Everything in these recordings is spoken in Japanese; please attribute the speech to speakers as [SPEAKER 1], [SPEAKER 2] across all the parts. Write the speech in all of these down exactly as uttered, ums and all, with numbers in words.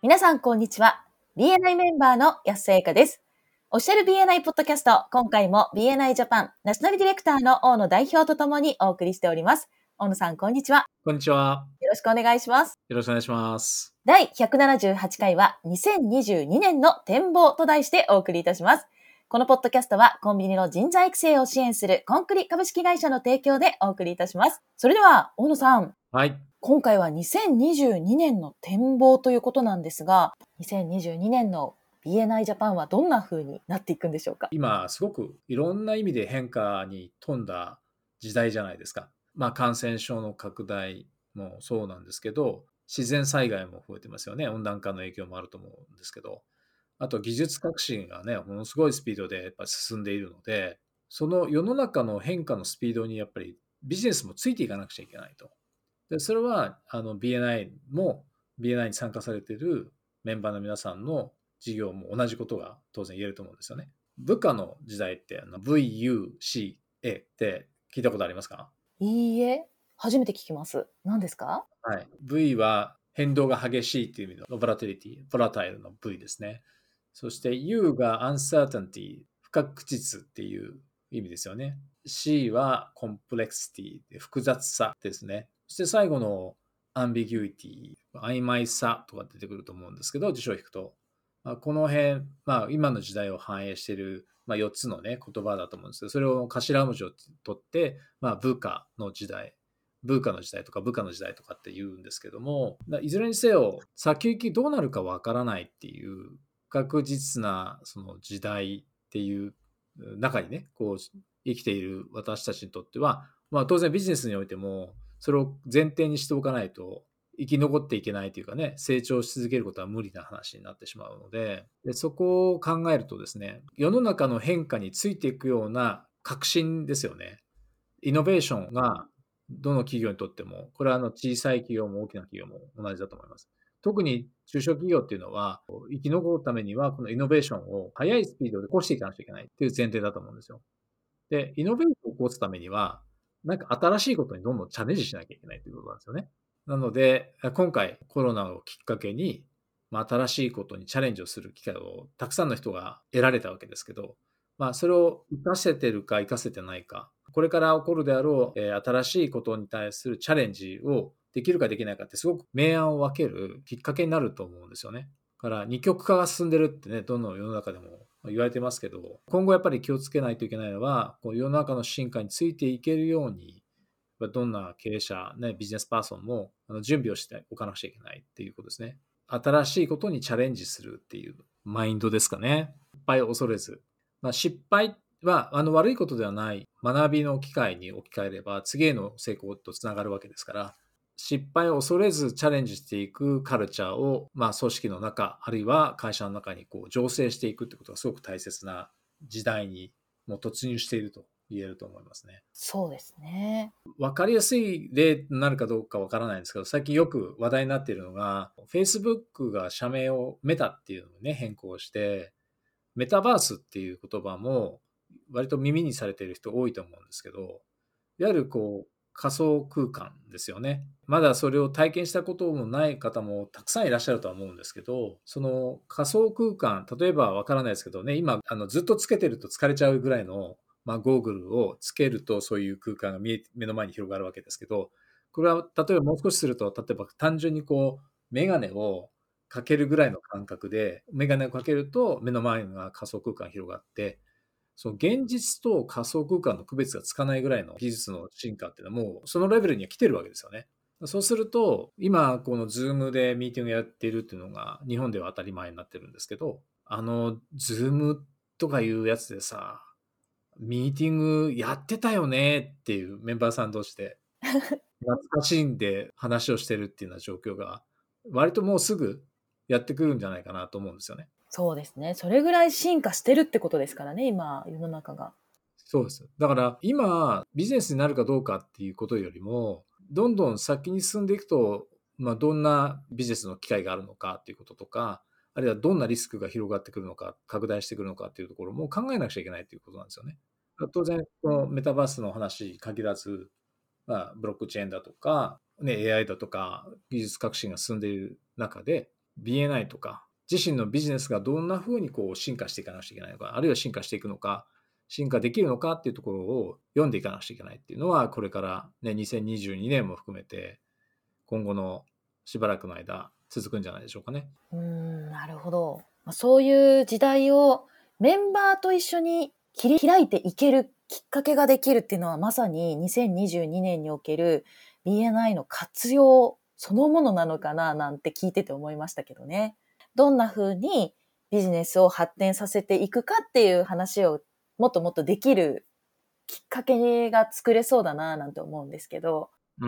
[SPEAKER 1] 皆さん、こんにちは。ビーエヌアイ メンバーの安瀬栄香です。オフィシャル ビーエヌアイ ポッドキャスト、今回も ビーエヌアイ ジャパンナショナルディレクターの大野代表とともにお送りしております。大野さん、こんにちは。
[SPEAKER 2] こんにちは。
[SPEAKER 1] よろしくお願いします。
[SPEAKER 2] よろしくお願いします。
[SPEAKER 1] だいひゃくななじゅうはちかいはにせんにじゅうにねんの展望と題してお送りいたします。このポッドキャストはコンビニの人材育成を支援するコンクリ株式会社の提供でお送りいたします。それでは、大野さん。
[SPEAKER 2] はい。
[SPEAKER 1] 今回はにせんにじゅうにねんの展望ということなんですが、にせんにじゅうにねんの ビーエヌアイ ジャパンはどんな風になっていくんでしょうか。
[SPEAKER 2] 今、すごくいろんな意味で変化に富んだ時代じゃないですか。まあ、感染症の拡大もそうなんですけど、自然災害も増えてますよね。温暖化の影響もあると思うんですけど、あと技術革新がね、ものすごいスピードでやっぱ進んでいるので、その世の中の変化のスピードにやっぱりビジネスもついていかなくちゃいけないと。で、それはあの ビーエヌアイ も ビーエヌアイ に参加されているメンバーの皆さんの事業も同じことが当然言えると思うんですよね。部下の時代ってあの ブイユーシーエー って聞いたことありますか？
[SPEAKER 1] いいえ、初めて聞きます。何ですか？
[SPEAKER 2] はい。V は変動が激しいっていう意味のボラティリティ、ボラタイルの V ですね。そして U が uncertainty、不確実っていう意味ですよね。C は complexity、複雑さですね。そして最後の ambiguity、曖昧さとか出てくると思うんですけど、辞書を引くと。まあ、この辺、まあ、今の時代を反映している、まあ、よっつのね、言葉だと思うんですけど、それを頭文字を取って、まあ、部下の時代、文化の時代とか部下の時代とかって言うんですけども、いずれにせよ先行きどうなるかわからないっていう確実なその時代っていう中にね、こう生きている私たちにとっては、まあ当然ビジネスにおいてもそれを前提にしておかないと生き残っていけないというかね、成長し続けることは無理な話になってしまうので、でそこを考えるとですね、世の中の変化についていくような革新ですよね。イノベーションがどの企業にとっても、これはあの小さい企業も大きな企業も同じだと思います。特に中小企業っていうのは、生き残るためには、このイノベーションを速いスピードで起こしていかなきゃいけないっていう前提だと思うんですよ。で、イノベーションを起こすためには、なんか新しいことにどんどんチャレンジしなきゃいけないということなんですよね。なので、今回コロナをきっかけに、まあ、新しいことにチャレンジをする機会をたくさんの人が得られたわけですけど、まあ、それを活かせてるか活かせてないか、これから起こるであろう、えー新しいことに対するチャレンジをできるかできないかってすごく明暗を分けるきっかけになると思うんですよね。だから二極化が進んでるってね、どの世の中でも言われてますけど、今後やっぱり気をつけないといけないのは、こう世の中の進化についていけるように、どんな経営者、ね、ビジネスパーソンもあの準備をしておかなくちゃいけないっていうことですね。新しいことにチャレンジするっていうマインドですかね。失敗を恐れず。まあ、失敗はあの悪いことではない、学びの機会に置き換えれば次への成功とつながるわけですから、失敗を恐れずチャレンジしていくカルチャーを、まあ、組織の中あるいは会社の中にこう醸成していくってことがすごく大切な時代にもう突入していると言えると思いますね。
[SPEAKER 1] そうですね。
[SPEAKER 2] 分かりやすい例になるかどうか分からないんですけど、最近よく話題になっているのが Facebook が社名をメタっていうのをね変更して、メタバースっていう言葉も割と耳にされている人多いと思うんですけど、いわゆるこう仮想空間ですよね。まだそれを体験したこともない方もたくさんいらっしゃるとは思うんですけど、その仮想空間、例えばわからないですけどね、今あのずっとつけてると疲れちゃうぐらいの、まあ、ゴーグルをつけるとそういう空間が見え目の前に広がるわけですけど、これは例えばもう少しすると、例えば単純にこうメガネをかけるぐらいの感覚で、メガネをかけると目の前が仮想空間が広がって、その現実と仮想空間の区別がつかないぐらいの技術の進化っていうのはもうそのレベルには来てるわけですよね。そうすると、今このズームでミーティングやっているっていうのが日本では当たり前になってるんですけど、あのズームとかいうやつでさ、ミーティングやってたよねっていうメンバーさん同士で懐かしんで話をしてるっていうような状況が割ともうすぐやってくるんじゃないかなと思うんですよね。
[SPEAKER 1] そうですね。それぐらい進化してるってことですからね、今、世の中が。
[SPEAKER 2] そうです。だから今ビジネスになるかどうかっていうことよりも、どんどん先に進んでいくと、まあ、どんなビジネスの機会があるのかっていうこととか、あるいはどんなリスクが広がってくるのか、拡大してくるのかっていうところも考えなくちゃいけないということなんですよね。当然、このメタバースの話に限らず、まあ、ブロックチェーンだとか、ね、エーアイ だとか技術革新が進んでいる中で、 ビーエヌアイ とか、自身のビジネスがどんな風にこう進化していかなくちゃいけないのか、あるいは進化していくのか、進化できるのかっていうところを読んでいかなくちゃいけないっていうのは、これからね、にせんにじゅうにねんも含めて、今後のしばらくの間、続くんじゃないでしょうかね。
[SPEAKER 1] うーん、なるほど。そういう時代をメンバーと一緒に切り開いていけるきっかけができるっていうのは、まさににせんにじゅうにねんにおける ビーエヌアイ の活用そのものなのかななんて聞いてて思いましたけどね。どんな風にビジネスを発展させていくかっていう話をもっともっとできるきっかけが作れそうだななんて思うんですけど。
[SPEAKER 2] うん、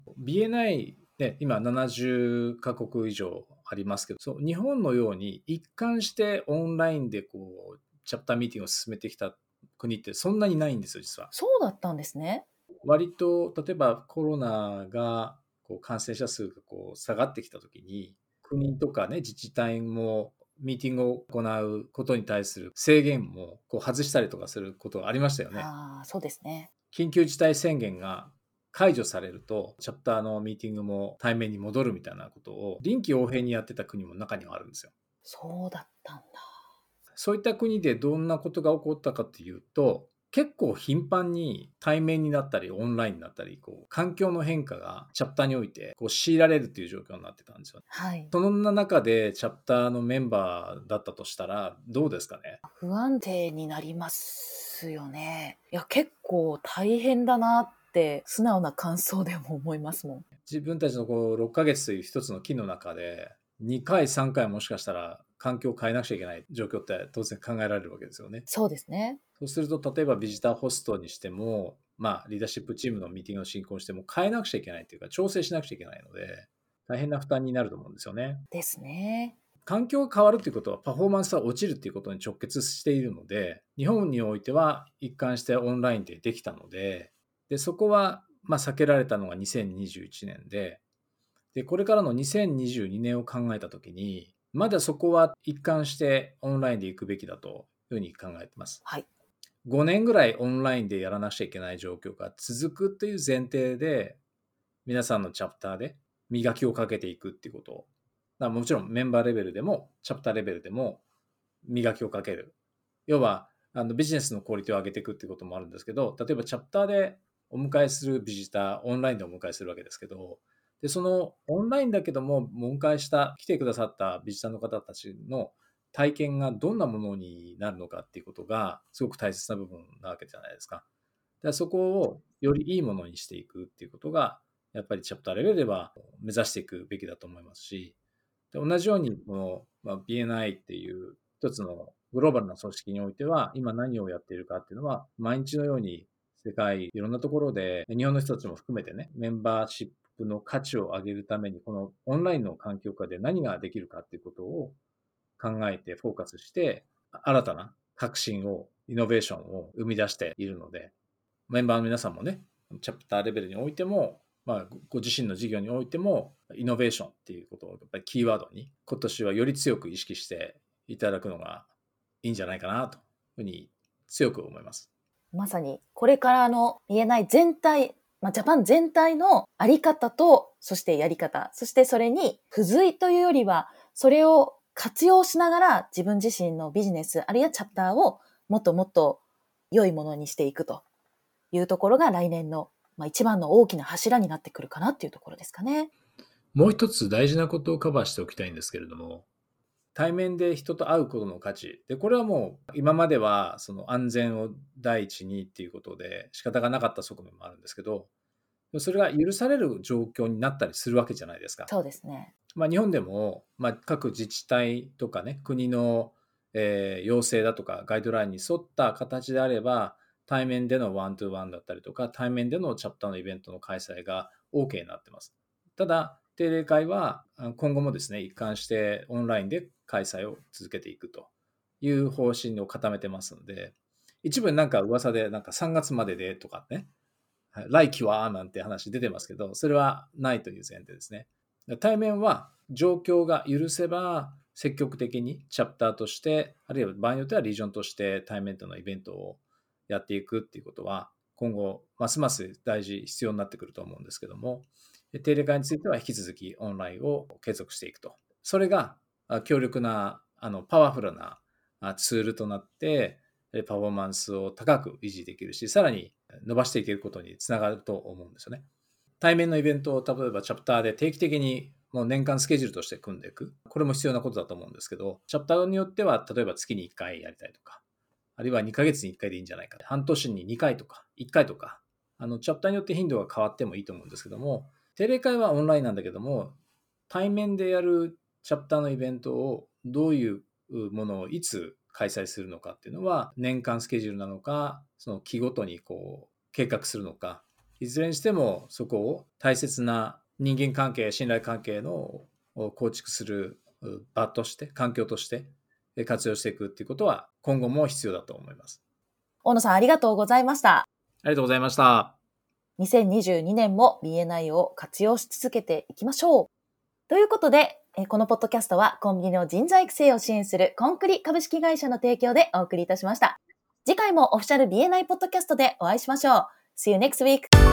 [SPEAKER 2] ビーエヌアイ、ね、今ななじゅっかこく以上ありますけど、そう日本のように一貫してオンラインでこうチャプターミーティングを進めてきた国ってそんなにないんですよ、実は。
[SPEAKER 1] そうだったんですね。
[SPEAKER 2] 割と例えばコロナがこう感染者数がこう下がってきたときに、国とかね、自治体もミーティングを行うことに対する制限もこう外したりとかすることがありましたよね。
[SPEAKER 1] ああ、そうですね。
[SPEAKER 2] 緊急事態宣言が解除されると、チャプターのミーティングも対面に戻るみたいなことを臨機応変にやってた国も中にはあるんですよ。
[SPEAKER 1] そうだったんだ。
[SPEAKER 2] そういった国でどんなことが起こったかっていうと、結構頻繁に対面になったりオンラインになったり、こう環境の変化がチャプターにおいてこう強いられるっていう状況になってたんですよね。
[SPEAKER 1] はい。
[SPEAKER 2] そんな中でチャプターのメンバーだったとしたらどうですかね。
[SPEAKER 1] 不安定になりますよね。いや、結構大変だなって素直な感想でも思いますもん。
[SPEAKER 2] 自分たちのこうろっかげつという一つの期の中でにかいさんかいもしかしたら環境を変えなくちゃいけない状況って当然考えられるわけですよね。
[SPEAKER 1] そうですね。
[SPEAKER 2] そうすると例えばビジターホストにしても、まあ、リーダーシップチームのミーティングの進行しても変えなくちゃいけないというか調整しなくちゃいけないので大変な負担になると思うんですよね。
[SPEAKER 1] ですね。
[SPEAKER 2] 環境が変わるということはパフォーマンスが落ちるということに直結しているので、日本においては一貫してオンラインでできたので、でそこはまあ避けられたのがにせんにじゅういちねんで、でこれからのにせんにじゅうにねんを考えたときに、まだそこは一貫してオンラインで行くべきだというふうに考えています。
[SPEAKER 1] はい。
[SPEAKER 2] ごねんぐらいオンラインでやらなくちゃいけない状況が続くという前提で、皆さんのチャプターで磨きをかけていくっていうことを、だからもちろんメンバーレベルでもチャプターレベルでも磨きをかける。要はあのビジネスのクオリティを上げていくっていうこともあるんですけど、例えばチャプターでお迎えするビジター、オンラインでお迎えするわけですけど、でそのオンラインだけどもお迎えした来てくださったビジターの方たちの体験がどんなものになるのかっていうことがすごく大切な部分なわけじゃないですか。でそこをよりいいものにしていくっていうことがやっぱりチャプターレベルでは目指していくべきだと思いますし、で同じようにこの、まあ、ビーエヌアイ っていう一つのグローバルな組織においては今何をやっているかっていうのは毎日のように世界いろんなところで日本の人たちも含めてね、メンバーシップの価値を上げるためにこのオンラインの環境下で何ができるかっていうことを考えてフォーカスして新たな革新をイノベーションを生み出しているので、メンバーの皆さんもね、チャプターレベルにおいても、まあ、ご自身の事業においても、イノベーションっていうことをやっぱりキーワードに、今年はより強く意識していただくのがいいんじゃないかなというふうに強く思います。
[SPEAKER 1] まさにこれからのビーエヌアイ全体、まあ、ジャパン全体のあり方と、そしてやり方、そしてそれに付随というよりは、それを活用しながら自分自身のビジネス、あるいはチャプターをもっともっと良いものにしていくというところが来年の、まあ、一番の大きな柱になってくるかなっていうところですかね。
[SPEAKER 2] もう一つ大事なことをカバーしておきたいんですけれども、対面で人と会うことの価値。で、これはもう今まではその安全を第一にっていうことで仕方がなかった側面もあるんですけど、それが許される状況になったりするわけじゃないですか。
[SPEAKER 1] そうですね。
[SPEAKER 2] まあ、日本でも、まあ、各自治体とかね、国の、えー要請だとかガイドラインに沿った形であれば、対面でのワントゥーワンだったりとか、対面でのチャプターのイベントの開催が OK になってます。ただ、定例会はあ今後もですね、一貫してオンラインで開催を続けていくという方針を固めてますので、一部なんか噂でなんかさんがつまででとかね、はい来期はなんて話出てますけど、それはないという前提ですね。対面は状況が許せば積極的にチャプターとして、あるいは場合によってはリージョンとして対面とのイベントをやっていくっていうことは、今後ますます大事、必要になってくると思うんですけども、定例会については引き続きオンラインを継続していくとそれが強力な、あの、パワフルなツールとなって、パフォーマンスを高く維持できるし、さらに伸ばしていけることにつながると思うんですよね。対面のイベントを例えばチャプターで定期的にもう年間スケジュールとして組んでいく。これも必要なことだと思うんですけど、チャプターによっては例えば月にいっかいやりたいとか、あるいはにかげつにいっかいでいいんじゃないか。半年ににかいとかいっかいとか、あのチャプターによって頻度が変わってもいいと思うんですけども、定例会はオンラインなんだけども、対面でやるチャプターのイベントをどういうものをいつ開催するのかっていうのは、年間スケジュールなのか、その期ごとにこう計画するのか、いずれにしてもそこを大切な人間関係、信頼関係の構築する場として、環境として活用していくっていうことは今後も必要だと思います。
[SPEAKER 1] 大野さん、ありがとうございました。
[SPEAKER 2] ありがとうございました。
[SPEAKER 1] にせんにじゅうにねんも ビーエヌアイ を活用し続けていきましょう。ということで、このポッドキャストはコンビニの人材育成を支援するコンクリ株式会社の提供でお送りいたしました。次回もオフィシャル ビーエヌアイ ポッドキャストでお会いしましょう。See you next week!